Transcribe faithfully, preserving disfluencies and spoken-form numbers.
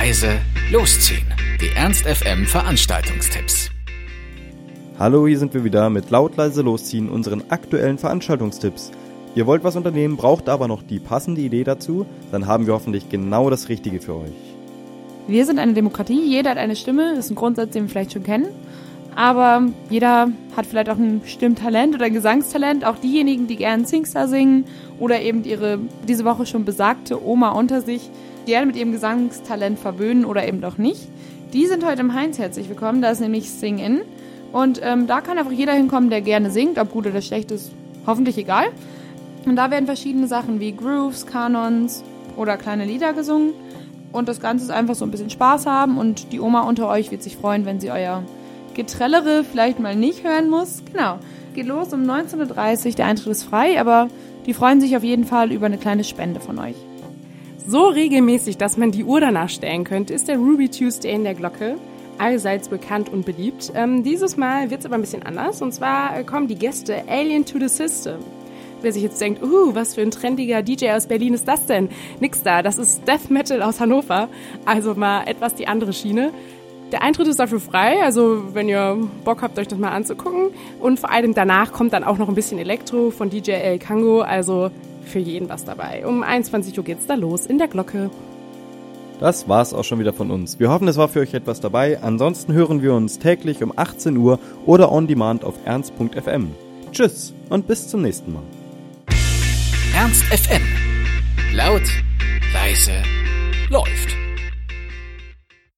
leise, losziehen. Die Ernst F M Veranstaltungstipps. Hallo, hier sind wir wieder mit laut, leise, losziehen, unseren aktuellen Veranstaltungstipps. Ihr wollt was unternehmen, braucht aber noch die passende Idee dazu, dann haben wir hoffentlich genau das Richtige für euch. Wir sind eine Demokratie, jeder hat eine Stimme, das ist ein Grundsatz, den wir vielleicht schon kennen. Aber jeder hat vielleicht auch ein Stimmtalent oder ein Gesangstalent. Auch diejenigen, die gerne Singstar singen oder eben ihre diese Woche schon besagte Oma unter sich gerne mit ihrem Gesangstalent verwöhnen oder eben auch nicht. Die sind heute im Heinz herzlich willkommen, da ist nämlich Sing-In. Und ähm, da kann einfach jeder hinkommen, der gerne singt, ob gut oder schlecht ist, hoffentlich egal. Und da werden verschiedene Sachen wie Grooves, Kanons oder kleine Lieder gesungen. Und das Ganze ist einfach so ein bisschen Spaß haben und die Oma unter euch wird sich freuen, wenn sie euer Getrellere vielleicht mal nicht hören muss. Genau, geht los um neunzehn Uhr dreißig, der Eintritt ist frei, aber die freuen sich auf jeden Fall über eine kleine Spende von euch. So regelmäßig, dass man die Uhr danach stellen könnte, ist der Ruby Tuesday in der Glocke. Allseits bekannt und beliebt. Ähm, dieses Mal wird es aber ein bisschen anders. Und zwar äh, kommen die Gäste Alien to the System. Wer sich jetzt denkt, uh, was für ein trendiger D J aus Berlin ist das denn? Nix da, das ist Death Metal aus Hannover. Also mal etwas die andere Schiene. Der Eintritt ist dafür frei, also wenn ihr Bock habt, euch das mal anzugucken. Und vor allem danach kommt dann auch noch ein bisschen Elektro von D J El Kango, also für jeden was dabei. Um einundzwanzig Uhr geht's da los in der Glocke. Das war's auch schon wieder von uns. Wir hoffen, es war für euch etwas dabei. Ansonsten hören wir uns täglich um achtzehn Uhr oder on demand auf ernst punkt f m. Tschüss und bis zum nächsten Mal. Ernst F M. Laut, leise, läuft.